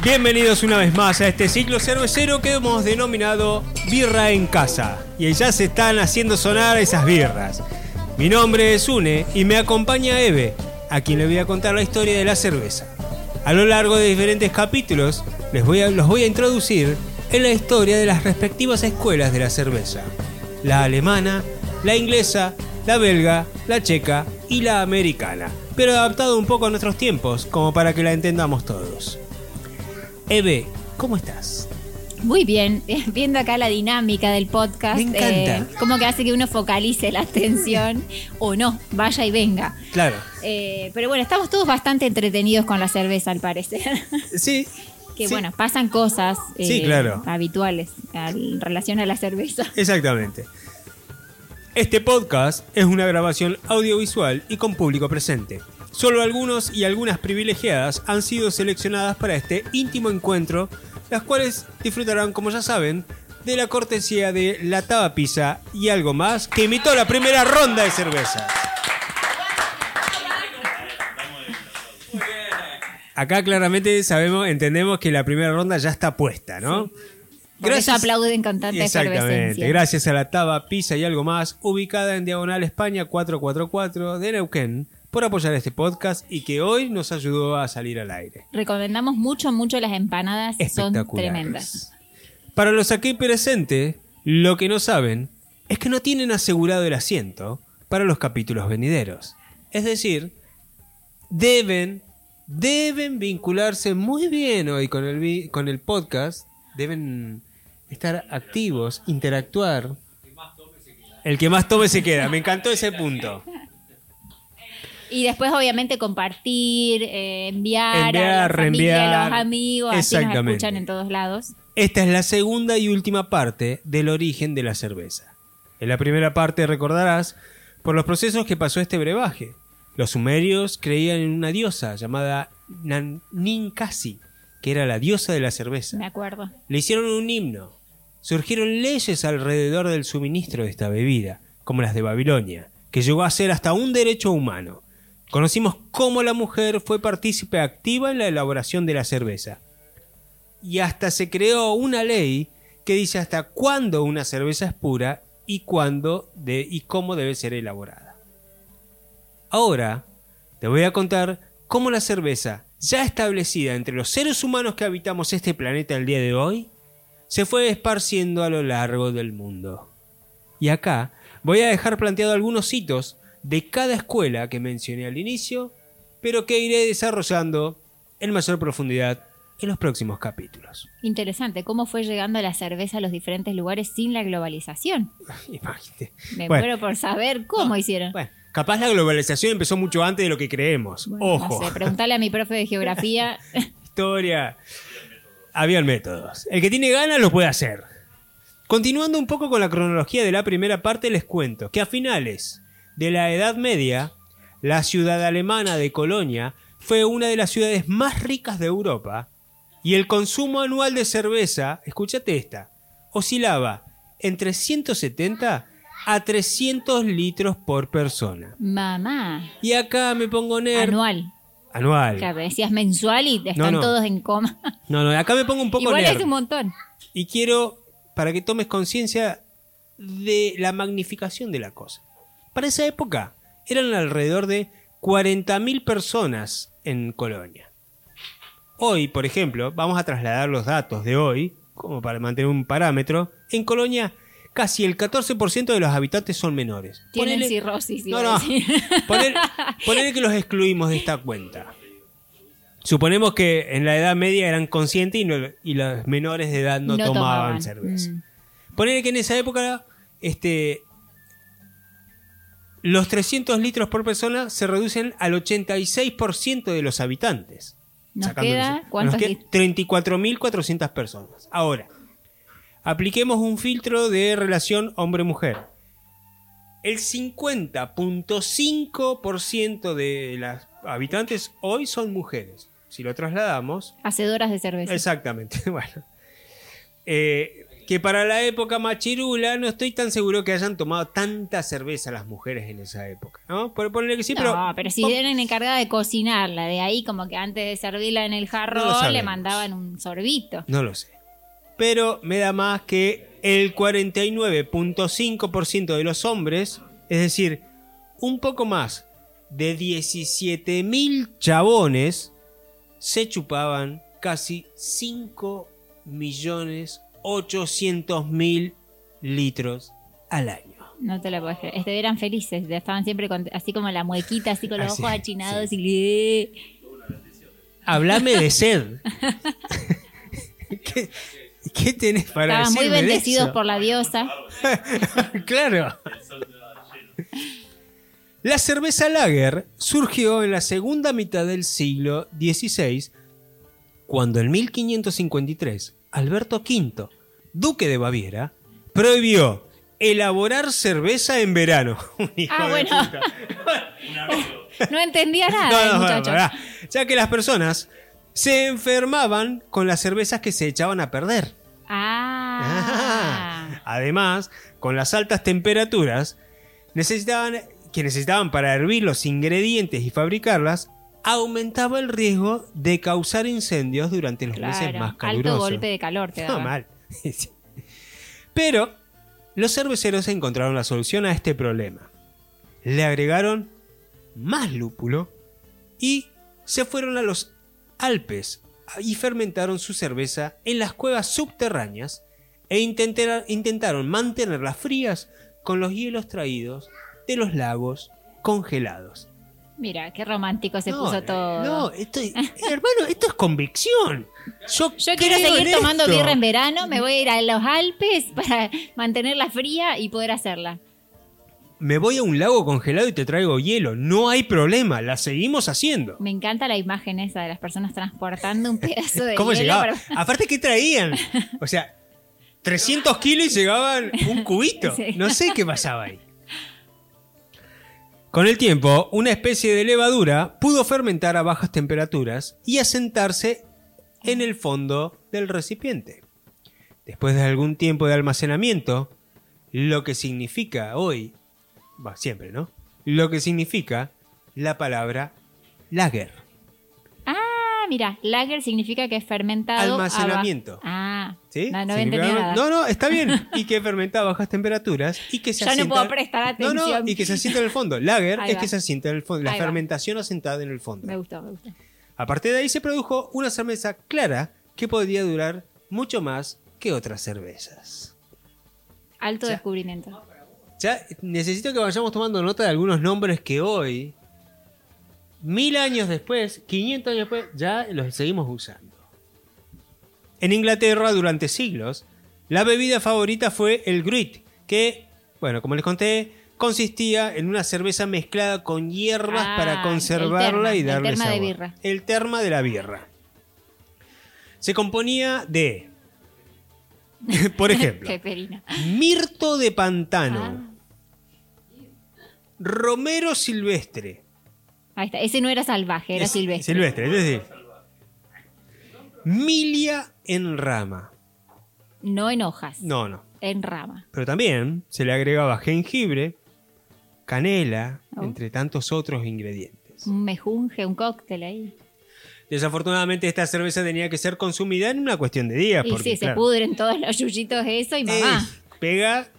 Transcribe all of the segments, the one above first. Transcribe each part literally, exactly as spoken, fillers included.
Bienvenidos una vez más a este ciclo cervecero que hemos denominado Birra en Casa. Y ya se están haciendo sonar esas birras. Mi nombre es Une y me acompaña Eve, a quien le voy a contar la historia de la cerveza. A lo largo de diferentes capítulos les voy a, los voy a introducir en la historia de las respectivas escuelas de la cerveza. La alemana, la inglesa, la belga, la checa y la americana. Pero adaptado un poco a nuestros tiempos, como para que la entendamos todos. Eve, ¿cómo estás? Muy bien, viendo acá la dinámica del podcast. Me encanta. Eh, como que hace que uno focalice la atención o no, vaya y venga. Claro. Eh, pero bueno, estamos todos bastante entretenidos con la cerveza, al parecer. Sí. Que sí. bueno, pasan cosas eh, Sí, claro. habituales en relación a la cerveza. Exactamente. Este podcast es una grabación audiovisual y con público presente. Solo algunos y algunas privilegiadas han sido seleccionadas para este íntimo encuentro, las cuales disfrutarán, como ya saben, de la cortesía de La Taba Pizza y algo más que imitó la primera ronda de cerveza. Acá claramente sabemos, entendemos que la primera ronda ya está puesta, ¿no? Sí. Por eso aplauden con tanta Exactamente. efervescencia. Gracias a La Taba Pizza y algo más, ubicada en Diagonal España cuatrocientos cuarenta y cuatro de Neuquén, por apoyar este podcast y que hoy nos ayudó a salir al aire. Recomendamos mucho, mucho las empanadas, son tremendas. Para los aquí presentes, lo que no saben es que no tienen asegurado el asiento para los capítulos venideros. Es decir, deben, deben vincularse muy bien hoy con el, vi- con el podcast, deben estar activos, interactuar. El que más tome se queda. Me encantó ese punto. Y después, obviamente, compartir, eh, enviar, Enviar, a la familia, reenviar. a los amigos, así nos Exactamente. escuchan en todos lados. Esta es la segunda y última parte del origen de la cerveza. En la primera parte recordarás por los procesos que pasó este brebaje. Los sumerios creían en una diosa llamada Nan- Ninkasi, que era la diosa de la cerveza. Me acuerdo. Le hicieron un himno. Surgieron leyes alrededor del suministro de esta bebida, como las de Babilonia, que llegó a ser hasta un derecho humano. Conocimos cómo la mujer fue partícipe activa en la elaboración de la cerveza. Y hasta se creó una ley que dice hasta cuándo una cerveza es pura y cuándo de, y cómo debe ser elaborada. Ahora te voy a contar cómo la cerveza, ya establecida entre los seres humanos que habitamos este planeta el día de hoy, se fue esparciendo a lo largo del mundo. Y acá voy a dejar planteado algunos hitos de cada escuela que mencioné al inicio, pero que iré desarrollando en mayor profundidad en los próximos capítulos. Interesante, cómo fue llegando la cerveza a los diferentes lugares sin la globalización. Imagínate. Me Bueno. muero por saber cómo No, hicieron. Bueno, capaz la globalización empezó mucho antes de lo que creemos. Bueno, Ojo. No sé, preguntale a mi profe de geografía. Historia. Habían métodos. El que tiene ganas lo puede hacer. Continuando un poco con la cronología de la primera parte, les cuento que a finales de la Edad Media, la ciudad alemana de Colonia fue una de las ciudades más ricas de Europa y el consumo anual de cerveza, escúchate esta, oscilaba entre ciento setenta a trescientos litros por persona. Mamá. Y acá me pongo nerd. Anual. Anual. Claro, decías mensual y están No, no. todos en coma. No, no, acá me pongo un poco Igual nerd. es un montón. Y quiero, para que tomes conciencia de la magnificación de la cosa. Para esa época eran alrededor de cuarenta mil personas en Colonia. Hoy, por ejemplo, vamos a trasladar los datos de hoy, como para mantener un parámetro. En Colonia, casi el catorce por ciento de los habitantes son menores. Tienen Ponele- cirrosis. No, iba a no. decir. Poner, ponele que los excluimos de esta cuenta. Suponemos que en la Edad Media eran conscientes y, no- y los menores de edad no, No tomaban, tomaban. cerveza. Mm. Ponele que en esa época este, los trescientos litros por persona se reducen al ochenta y seis por ciento de los habitantes. Nos Sacándolos. queda, Nos ¿cuántos queda litros? treinta y cuatro mil cuatrocientas personas. Ahora, apliquemos un filtro de relación hombre-mujer. El cincuenta punto cinco por ciento de los habitantes hoy son mujeres. Si lo trasladamos... Hacedoras de cerveza. Exactamente, bueno. Eh, que para la época machirula no estoy tan seguro que hayan tomado tanta cerveza las mujeres en esa época, ¿no? Por ponerle que sí, no, pero... pero si eran encargadas de cocinarla, de ahí como que antes de servirla en el jarrón No lo le sabemos. mandaban un sorbito. No lo sé. Pero me da más que el cuarenta y nueve punto cinco por ciento de los hombres, es decir, un poco más de diecisiete mil chabones, se chupaban casi cinco millones ochocientos mil litros al año. No te lo puedes creer. Este, eran felices, estaban siempre con- así como la muequita, así con los Así, ojos achinados y... Háblame de sed. ¿Qué, qué tenés para Estaban muy decirme de bendecidos eso? por la diosa. Claro. La cerveza lager surgió en la segunda mitad del siglo dieciséis, cuando en mil quinientos cincuenta y tres Alberto quinto, duque de Baviera, prohibió elaborar cerveza en verano. Un hijo Ah, de bueno. puta. No entendía nada, No, el no, muchacho. pará. Ya que las personas se enfermaban con las cervezas que se echaban a perder. Ah. Ah. Además, con las altas temperaturas necesitaban, que necesitaban para hervir los ingredientes y fabricarlas, aumentaba el riesgo de causar incendios durante los meses Claro, más calurosos. alto golpe de calor te No, daba. mal. Sí. Pero los cerveceros encontraron la solución a este problema. Le agregaron más lúpulo y se fueron a los Alpes y fermentaron su cerveza en las cuevas subterráneas e intentera- intentaron mantenerlas frías con los hielos traídos de los lagos congelados. Mira, qué romántico se No, puso todo. No, esto, hermano, esto es convicción. Yo, Yo quiero creo seguir en tomando esto. birra en verano, me voy a ir a los Alpes para mantenerla fría y poder hacerla. Me voy a un lago congelado y te traigo hielo. No hay problema, la seguimos haciendo. Me encanta la imagen esa de las personas transportando un pedazo de ¿Cómo hielo. llegaba? para- Aparte, ¿qué traían? O sea, trescientos kilos y llegaban un cubito. Sí. No sé qué pasaba ahí. Con el tiempo, una especie de levadura pudo fermentar a bajas temperaturas y asentarse en el fondo del recipiente. Después de algún tiempo de almacenamiento, lo que significa hoy, va siempre, ¿no? Lo que significa la palabra lager. Ah, mira, lager significa que es fermentado. a ba- Almacenamiento. Ah, ¿Sí? no, no había Significa- entendido nada. No, no, está bien. Y que fermenta a bajas temperaturas y que se Ya no asienta... puedo prestar No, no, atención. y que se asienta en el fondo. Lager Ahí es va. que se asienta en el fondo. La Ahí va. fermentación asentada en el fondo. Me gustó, me gustó. A partir de ahí se produjo una cerveza clara que podría durar mucho más que otras cervezas. Alto Ya. descubrimiento. Ya necesito que vayamos tomando nota de algunos nombres que hoy, mil años después, quinientos años después, ya los seguimos usando. En Inglaterra, durante siglos, la bebida favorita fue el Gruit, que, bueno, como les conté, consistía en una cerveza mezclada con hierbas Ah, para el conservarla terma, y el darle terma de sabor. birra. El terma de la birra. Se componía de, por ejemplo, Peperina. mirto de pantano, Ah. romero silvestre. Ahí está. Ese no era salvaje, era Es- silvestre. Silvestre, es decir, milia en rama. No en hojas, No, no. en rama. Pero también se le agregaba jengibre, canela, Oh. entre tantos otros ingredientes. Un mejunje, un cóctel ahí. Desafortunadamente esta cerveza tenía que ser consumida en una cuestión de días. Y porque, sí, se claro, pudren todos los yuyitos eso y mamá. eh, pega.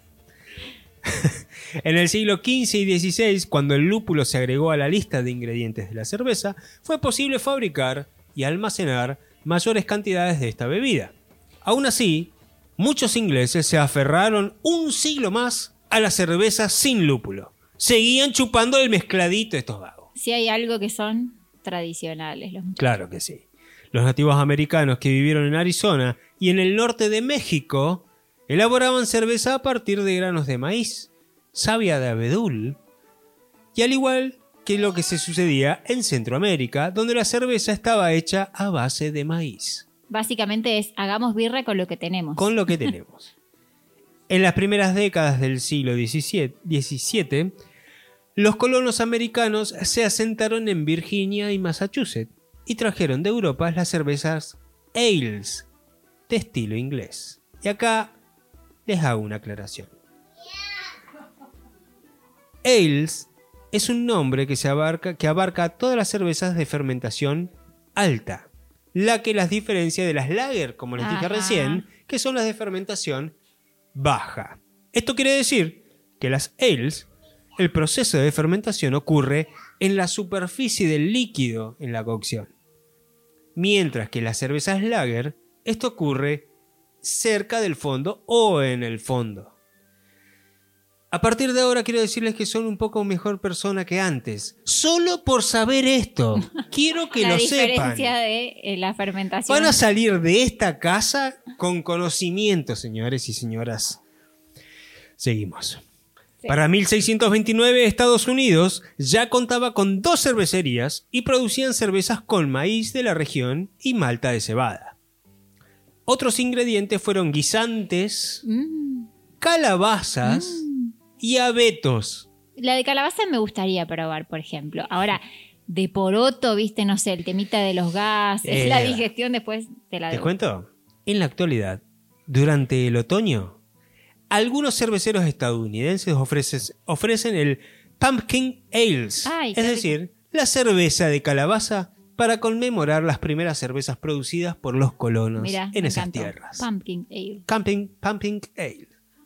En el siglo quince y dieciséis, cuando el lúpulo se agregó a la lista de ingredientes de la cerveza, fue posible fabricar y almacenar mayores cantidades de esta bebida. Aún así, muchos ingleses se aferraron un siglo más a la cerveza sin lúpulo. Seguían chupando el mezcladito estos vagos. Si hay algo que son tradicionales los muchachos. Claro que sí. Los nativos americanos que vivieron en Arizona y en el norte de México elaboraban cerveza a partir de granos de maíz, savia de abedul, y al igual que lo que se sucedía en Centroamérica, donde la cerveza estaba hecha a base de maíz, Básicamente es, hagamos birra con lo que tenemos. con lo que tenemos. En las primeras décadas del siglo diecisiete, los colonos americanos se asentaron en Virginia y Massachusetts y trajeron de Europa las cervezas ales de estilo inglés. Y acá les hago una aclaración. Ales es un nombre que, se abarca, que abarca todas las cervezas de fermentación alta, la que las diferencia de las lager, como les dije Ajá. recién, que son las de fermentación baja. Esto quiere decir que las ales, el proceso de fermentación ocurre en la superficie del líquido en la cocción, mientras que las cervezas lager, esto ocurre cerca del fondo o en el fondo. A partir de ahora quiero decirles que son un poco mejor persona que antes. Solo por saber esto. Quiero que la lo sepan. diferencia de eh, la fermentación. Van a salir de esta casa con conocimiento, señores y señoras. Seguimos. Sí. Para mil seiscientos veintinueve, Estados Unidos ya contaba con dos cervecerías y producían cervezas con maíz de la región y malta de cebada. Otros ingredientes fueron guisantes, Mm. calabazas Mm. y abetos. La de calabaza me gustaría probar, por ejemplo. Ahora, de poroto, viste, no sé, el temita de los gases, Eh, la digestión después te la ¿Te debo. cuento? En la actualidad, durante el otoño, algunos cerveceros estadounidenses ofrecen, ofrecen el Pumpkin Ales, Ay, es qué rico. decir, la cerveza de calabaza para conmemorar las primeras cervezas producidas por los colonos Mirá, en me esas encantó. tierras. Pumpkin ale. Pumpkin, Pumpkin Ale.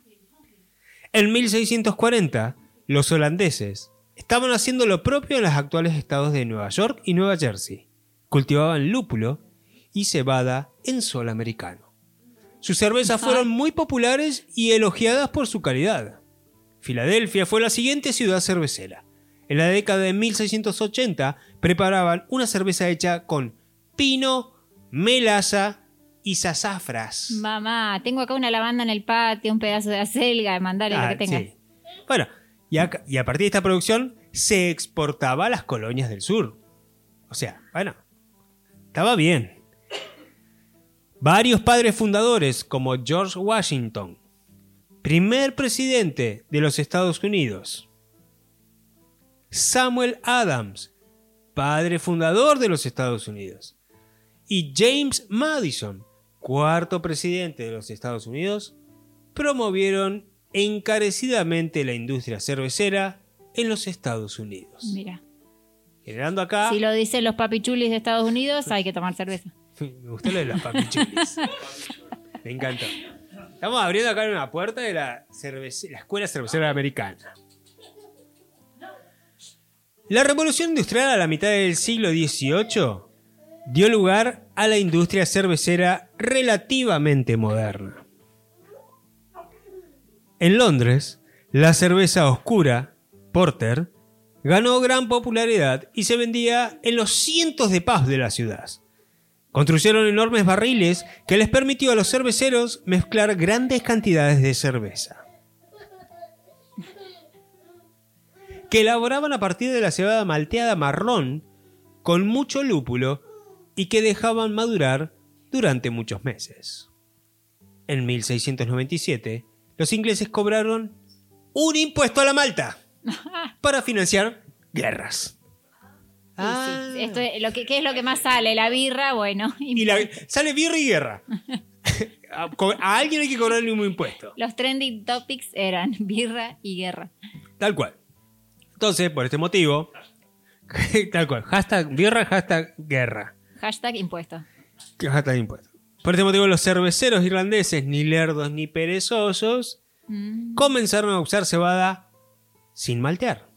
En mil seiscientos cuarenta, los holandeses estaban haciendo lo propio en los actuales estados de Nueva York y Nueva Jersey. Cultivaban lúpulo y cebada en sol americano. Sus cervezas Ajá. fueron muy populares y elogiadas por su calidad. Filadelfia fue la siguiente ciudad cervecera. En la década de mil seiscientos ochenta preparaban una cerveza hecha con pino, melaza y sazafras. Mamá, tengo acá una lavanda en el patio, un pedazo de acelga, mandale Ah, lo que tengas. sí. Bueno, y a, y a partir de esta producción se exportaba a las colonias del sur. O sea, bueno, estaba bien. Varios padres fundadores, como George Washington, primer presidente de los Estados Unidos, Samuel Adams, padre fundador de los Estados Unidos, y James Madison, cuarto presidente de los Estados Unidos, promovieron encarecidamente la industria cervecera en los Estados Unidos. Mira, Generando acá... si lo dicen los papichulis de Estados Unidos, hay que tomar cerveza. Me gustó lo de las papichulis. Me encantó. Estamos abriendo acá una puerta de la, cervece- la Escuela Cervecera Americana. La revolución industrial a la mitad del siglo dieciocho dio lugar a la industria cervecera relativamente moderna. En Londres, la cerveza oscura, Porter, ganó gran popularidad y se vendía en los cientos de pubs de la ciudad. Construyeron enormes barriles que les permitió a los cerveceros mezclar grandes cantidades de cerveza, que elaboraban a partir de la cebada malteada marrón con mucho lúpulo y que dejaban madurar durante muchos meses. En mil seiscientos noventa y siete, los ingleses cobraron un impuesto a la malta para financiar guerras. Sí, sí. Esto es lo que, ¿qué es lo que más sale? La birra, bueno. Y la- sale birra y guerra. a, co- a alguien hay que cobrarle un impuesto. Los trending topics eran birra y guerra. Tal cual. Entonces, por este motivo, tal cual, hashtag birra, hashtag guerra, Hashtag impuesto. hashtag impuesto. Por este motivo, los cerveceros irlandeses, ni lerdos ni perezosos, Mm. comenzaron a usar cebada sin maltear.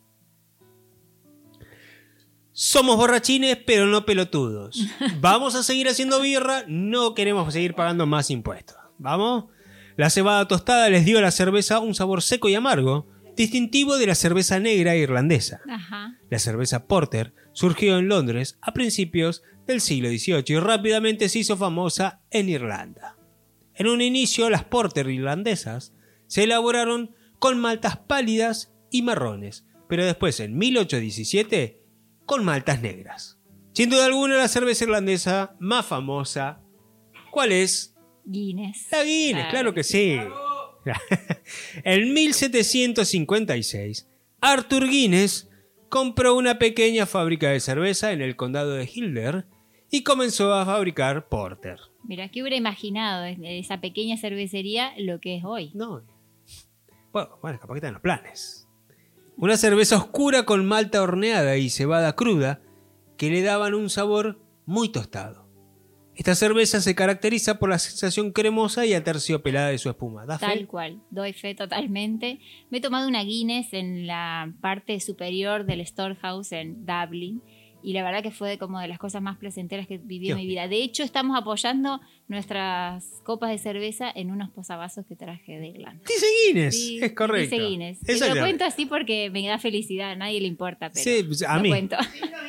Somos borrachines, pero no pelotudos. Vamos a seguir haciendo birra, no queremos seguir pagando más impuestos. ¿Vamos? La cebada tostada les dio a la cerveza un sabor seco y amargo, distintivo de la cerveza negra irlandesa. Ajá. La cerveza Porter surgió en Londres a principios del siglo dieciocho y rápidamente se hizo famosa en Irlanda. En un inicio, las Porter irlandesas se elaboraron con maltas pálidas y marrones, pero después, en mil ochocientos diecisiete, con maltas negras. Sin duda alguna, la cerveza irlandesa más famosa, ¿cuál es? Guinness. La Guinness, claro que sí. En mil setecientos cincuenta y seis, Arthur Guinness compró una pequeña fábrica de cerveza en el condado de Kildare y comenzó a fabricar porter. Mira, ¿qué hubiera imaginado de esa pequeña cervecería lo que es hoy? No. Bueno, bueno, capaz que están en los planes. Una cerveza oscura con malta horneada y cebada cruda que le daban un sabor muy tostado. Esta cerveza se caracteriza por la sensación cremosa y aterciopelada de su espuma. ¿Da fe? Tal cual, doy fe totalmente. Me he tomado una Guinness en la parte superior del Storehouse en Dublín y la verdad que fue como de las cosas más placenteras que viví en mi vida. De hecho, estamos apoyando nuestras copas de cerveza en unos posavasos que traje de Irlanda. Dice Guinness, Sí, es correcto. Dice Guinness. Te lo cuento así porque me da felicidad, a nadie le importa, pero sí, pues, a lo mí. cuento.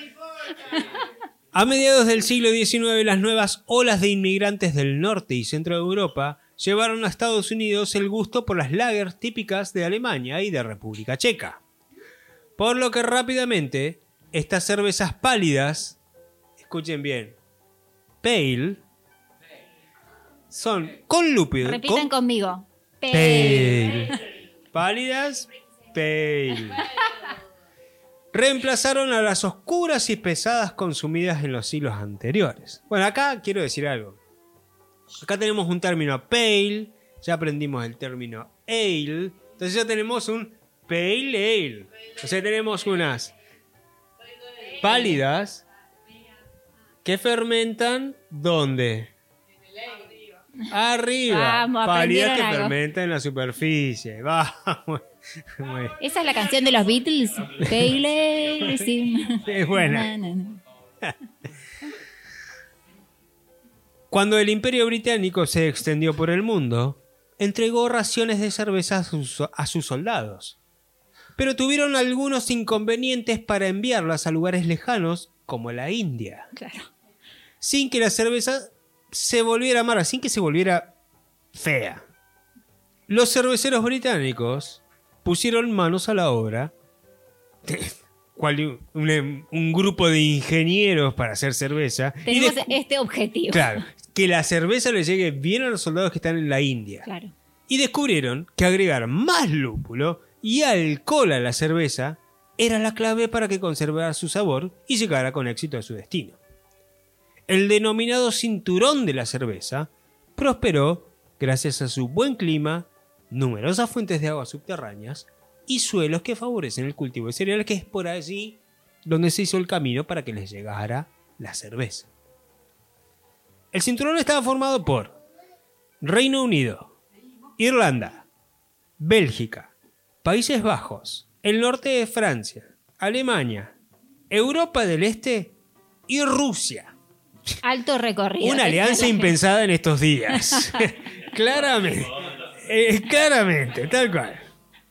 A mediados del siglo diecinueve, las nuevas olas de inmigrantes del norte y centro de Europa llevaron a Estados Unidos el gusto por las lagers típicas de Alemania y de República Checa. Por lo que rápidamente, estas cervezas pálidas, escuchen bien, pale, son con lúpulo. Repitan con, conmigo. pale. Pálidas, pale. Reemplazaron a las oscuras y pesadas consumidas en los siglos anteriores. Bueno, acá quiero decir algo. Acá tenemos un término pale, ya aprendimos el término ale, entonces ya tenemos un pale ale. O sea, tenemos unas pálidas que fermentan ¿dónde? Arriba. Vamos, Pálidas que algo. fermentan en la superficie. Vamos. Esa es la canción de los Beatles. Pale, sí. Es buena. Na, na, na. Cuando el Imperio Británico se extendió por el mundo, entregó raciones de cerveza a sus, a sus soldados. Pero tuvieron algunos inconvenientes para enviarlas a lugares lejanos como la India. Claro. Sin que la cerveza se volviera amarga, sin que se volviera fea. Los cerveceros británicos pusieron manos a la obra, cual un, un grupo de ingenieros para hacer cerveza. Tenemos y de, este objetivo. Claro, que la cerveza le llegue bien a los soldados que están en la India. Claro. Y descubrieron que agregar más lúpulo y alcohol a la cerveza era la clave para que conservara su sabor y llegara con éxito a su destino. El denominado cinturón de la cerveza prosperó gracias a su buen clima, numerosas fuentes de agua subterráneas y suelos que favorecen el cultivo de cereales, que es por allí donde se hizo el camino para que les llegara la cerveza. El cinturón estaba formado por Reino Unido, Irlanda, Bélgica, Países Bajos, el norte de Francia, Alemania, Europa del Este y Rusia. Alto recorrido. Una alianza impensada en estos días. Claramente. Eh, claramente, tal cual.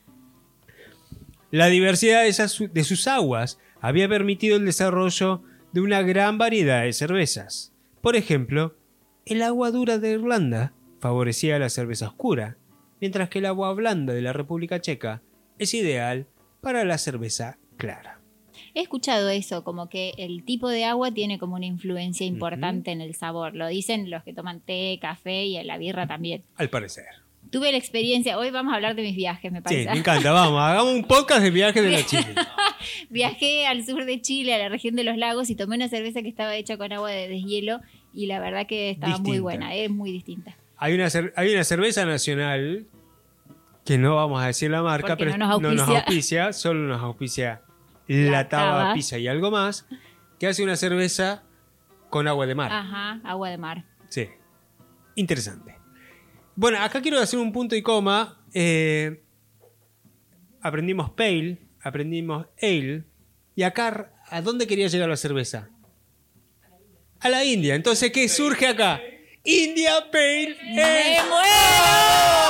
La diversidad de, esas, de sus aguas había permitido el desarrollo de una gran variedad de cervezas. Por ejemplo, el agua dura de Irlanda favorecía la cerveza oscura, mientras que el agua blanda de la República Checa es ideal para la cerveza clara. He escuchado eso, como que el tipo de agua tiene como una influencia importante uh-huh. en el sabor. Lo dicen los que toman té, café y la birra también. Al parecer. Tuve la experiencia, hoy vamos a hablar de mis viajes, me parece. Sí, me encanta, vamos, hagamos un podcast de viajes de la Chile. Viajé al sur de Chile, a la región de los lagos, y tomé una cerveza que estaba hecha con agua de deshielo y la verdad que estaba distinta. Muy buena, es muy distinta. Hay una, cer- hay una cerveza nacional, que no vamos a decir la marca, Porque pero no nos auspicia. no nos auspicia, solo nos auspicia La, la Taba, Taba Pizza y algo más, que hace una cerveza con agua de mar. Ajá, agua de mar. Sí, interesante. Bueno, acá quiero hacer un punto y coma. Eh, aprendimos pale, aprendimos ale. Y acá, ¿a dónde quería llegar la cerveza? A la India. Entonces, ¿qué surge acá? India Pale Ale. ¡Me muero!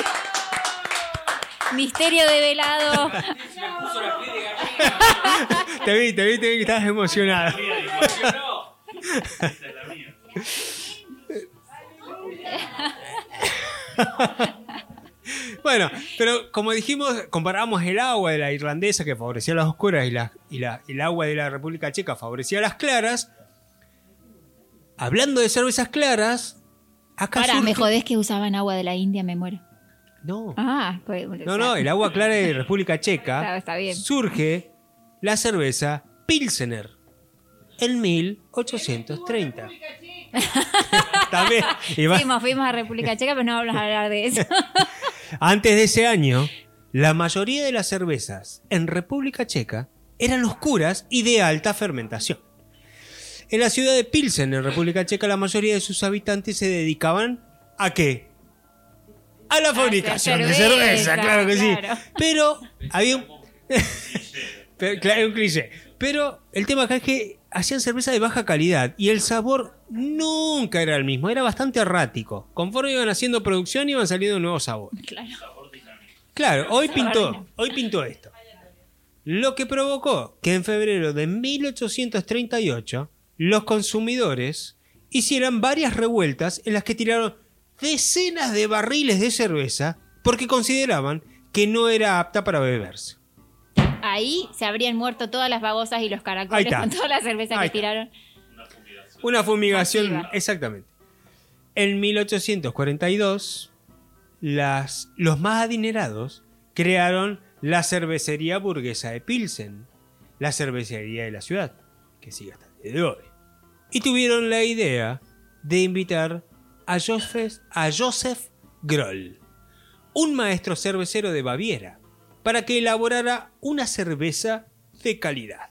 Misterio develado. Te vi, te vi, te vi que estabas emocionado. Bueno, pero como dijimos, comparamos el agua de la irlandesa que favorecía a las oscuras y, la, y, la, y el agua de la República Checa favorecía a las claras. Hablando de cervezas claras, acá Para, surge... me jodés que usaban agua de la India, me muero. No. Ah, pues, no, no, el agua clara de República Checa claro, está bien. surge la cerveza Pilsener. en mil ochocientos treinta. También. Iba... Fuimos, fuimos a República Checa, pero no vamos a hablar de eso. Antes de ese año, la mayoría de las cervezas en República Checa eran oscuras y de alta fermentación. En la ciudad de Pilsen, en República Checa, la mayoría de sus habitantes se dedicaban ¿a qué? A la fabricación de cerveza, cerveza, claro que claro. sí. Pero había un... Pero, claro, un cliché. Pero el tema acá es que hacían cerveza de baja calidad y el sabor nunca era el mismo, era bastante errático. Conforme iban haciendo producción iban saliendo nuevos sabores. Claro. Claro, hoy pintó, hoy pintó esto. Lo que provocó que en febrero de mil ochocientos treinta y ocho los consumidores hicieran varias revueltas en las que tiraron decenas de barriles de cerveza porque consideraban que no era apta para beberse. Ahí se habrían muerto todas las babosas y los caracoles con toda la cerveza Ahí que está. tiraron. Una fumigación, Activa. exactamente. En mil ochocientos cuarenta y dos, las, los más adinerados crearon la cervecería burguesa de Pilsen, la cervecería de la ciudad, que sigue hasta el día de hoy. Y tuvieron la idea de invitar a Joseph, a Joseph Groll, un maestro cervecero de Baviera, para que elaborara una cerveza de calidad.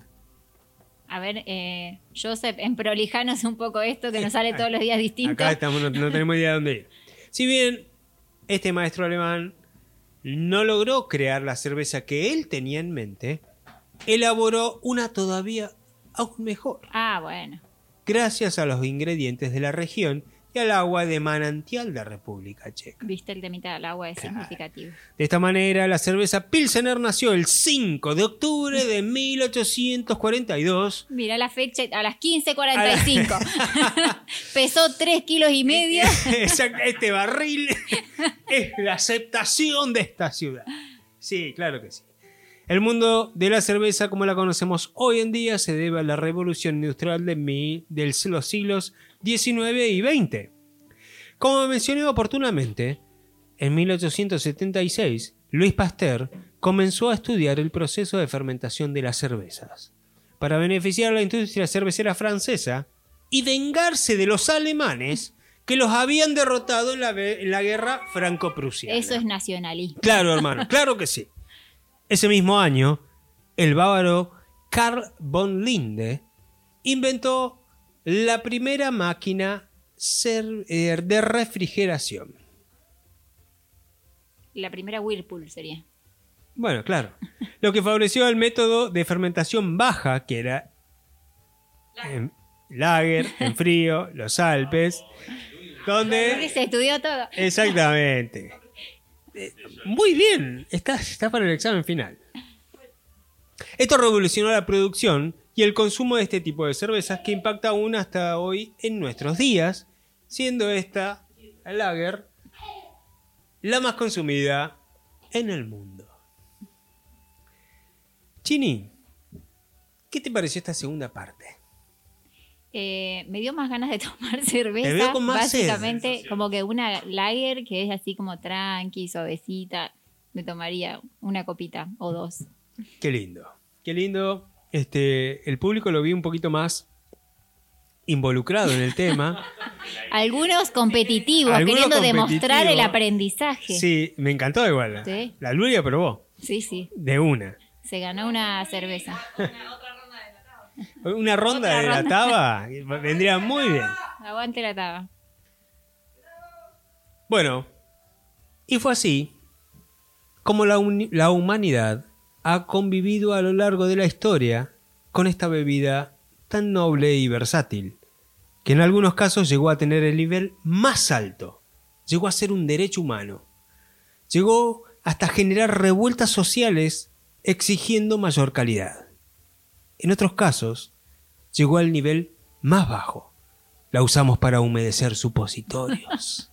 A ver, eh, Joseph, emprolijanos un poco esto, que nos sale todos los días distinto. Acá estamos, no, no tenemos idea de dónde ir. Si bien este maestro alemán no logró crear la cerveza que él tenía en mente, elaboró una todavía aún mejor. Ah, bueno. Gracias a los ingredientes de la región y al agua de manantial de República Checa. Viste, el temita del agua es claro. significativo. De esta manera, la cerveza Pilsener nació el cinco de octubre de mil ochocientos cuarenta y dos. Mirá la fecha, a las quince cuarenta y cinco. La... Pesó tres kilos y medio. Exacto, este barril es la aceptación de esta ciudad. Sí, claro que sí. El mundo de la cerveza, como la conocemos hoy en día, se debe a la revolución industrial de, mi, de los siglos diecinueve y veinte. Como mencioné oportunamente, en mil ochocientos setenta y seis, Louis Pasteur comenzó a estudiar el proceso de fermentación de las cervezas para beneficiar a la industria cervecera francesa y vengarse de los alemanes que los habían derrotado en la, en la guerra franco-prusiana. Eso es nacionalismo. Claro, hermano, claro que sí. Ese mismo año, el bávaro Carl von Linde inventó la primera máquina de refrigeración. La primera Whirlpool sería. Bueno, claro. Lo que favoreció el método de fermentación baja, que era en lager, en frío, los Alpes, donde... Se estudió todo. Exactamente. Muy bien, está, está para el examen final. Esto revolucionó la producción y el consumo de este tipo de cervezas que impacta aún hasta hoy en nuestros días, siendo esta, la lager, la más consumida en el mundo. Chini, ¿qué te pareció esta segunda parte? Eh, me dio más ganas de tomar cerveza. Te veo con más básicamente sed. Como que una lager que es así como tranqui, suavecita. Me tomaría una copita o dos. Qué lindo, qué lindo. Este, el público lo vi un poquito más involucrado en el tema. Algunos competitivos, Algunos queriendo competitivos. demostrar el aprendizaje. Sí, me encantó igual. ¿Sí? La Luria probó. Sí, sí. De una. Se ganó una cerveza. Una ronda Otra de ronda. la taba vendría muy bien. Aguante la taba. Bueno, y fue así como la, uni- la humanidad ha convivido a lo largo de la historia con esta bebida tan noble y versátil, que en algunos casos llegó a tener el nivel más alto, llegó a ser un derecho humano, llegó hasta generar revueltas sociales exigiendo mayor calidad. En otros casos, llegó al nivel más bajo. La usamos para humedecer supositorios.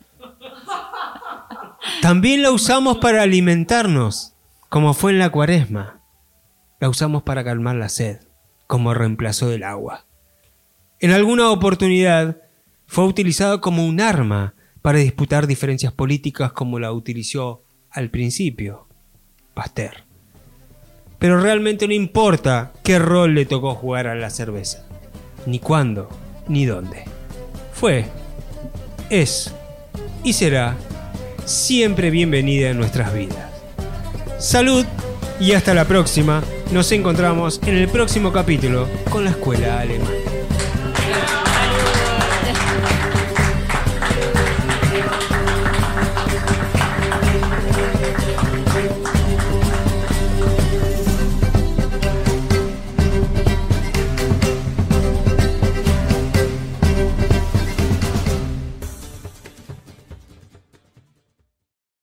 También la usamos para alimentarnos, como fue en la Cuaresma. La usamos para calmar la sed, como reemplazó del agua. En alguna oportunidad, fue utilizada como un arma para disputar diferencias políticas como la utilizó al principio Pasteur. Pero realmente no importa qué rol le tocó jugar a la cerveza. ni cuándo, ni dónde. Fue, es y será siempre bienvenida en nuestras vidas. Salud y hasta la próxima. Nos encontramos en el próximo capítulo con la Escuela Alemana.